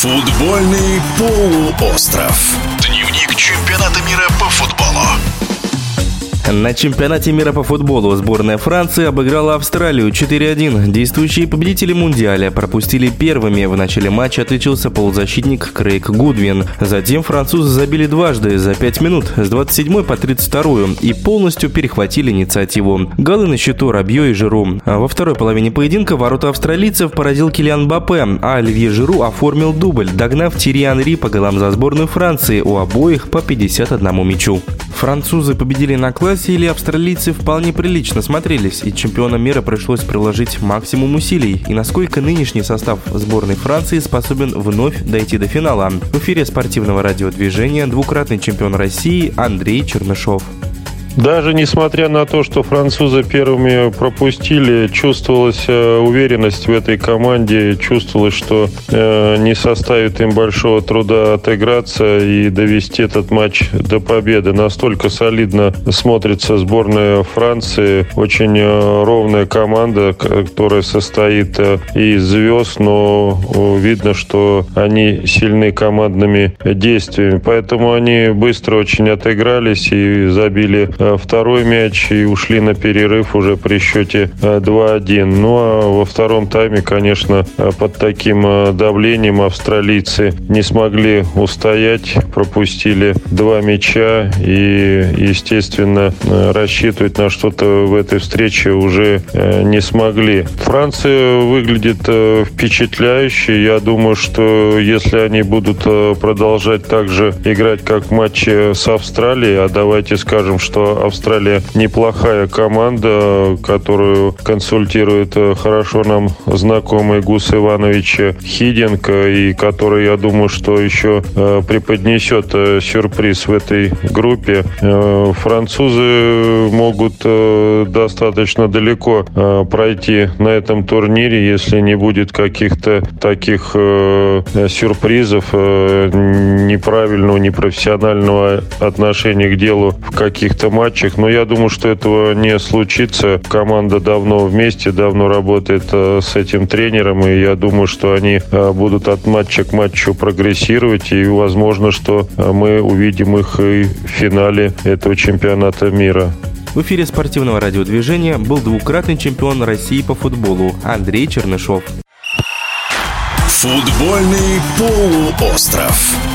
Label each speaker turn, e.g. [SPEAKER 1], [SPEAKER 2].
[SPEAKER 1] Футбольный полуостров. Дневник чемпионата мира по футболу.
[SPEAKER 2] На чемпионате мира по футболу сборная Франции обыграла Австралию 4-1. Действующие победители Мундиаля пропустили первыми. В начале матча отличился полузащитник Крейг Гудвин. Затем французы забили дважды за 5 минут с 27 по 32 и полностью перехватили инициативу. Голы на счету Рабье и Жиру. Во второй половине поединка ворота австралийцев поразил Килиан Мбаппе, а Оливье Жиру оформил дубль, догнав Тьерри Анри по голам за сборную Франции, у обоих по 51 мячу. Французы победили на классе, или австралийцы вполне прилично смотрелись, и чемпионам мира пришлось приложить максимум усилий. И насколько нынешний состав сборной Франции способен вновь дойти до финала? В эфире спортивного радиодвижения двукратный чемпион России Андрей Чернышов.
[SPEAKER 3] Даже несмотря на то, что французы первыми пропустили, чувствовалась уверенность в этой команде, чувствовалось, что не составит им большого труда отыграться и довести этот матч до победы. Настолько солидно смотрится сборная Франции. Очень ровная команда, которая состоит из звезд, но видно, что они сильны командными действиями. Поэтому они быстро очень отыгрались и забили второй мяч и ушли на перерыв уже при счете 2-1. Ну а во втором тайме, конечно, под таким давлением австралийцы не смогли устоять, пропустили 2 мяча и, естественно, рассчитывать на что-то в этой встрече уже не смогли. Франция выглядит впечатляюще. Я думаю, что если они будут продолжать так же играть, как в матче с Австралией, а давайте скажем, что Австралия неплохая команда, которую консультирует хорошо нам знакомый Гус Иванович Хидинг, и который, я думаю, что еще преподнесет сюрприз в этой группе. Французы могут достаточно далеко пройти на этом турнире, если не будет каких-то таких сюрпризов, неправильного, непрофессионального отношения к делу в каких-то матчах. Но я думаю, что этого не случится. Команда давно вместе, давно работает с этим тренером, и я думаю, что они будут от матча к матчу прогрессировать, и возможно, что мы увидим их и в финале этого чемпионата мира.
[SPEAKER 2] В эфире спортивного радиодвижения был двукратный чемпион России по футболу Андрей Чернышов.
[SPEAKER 1] Футбольный полуостров.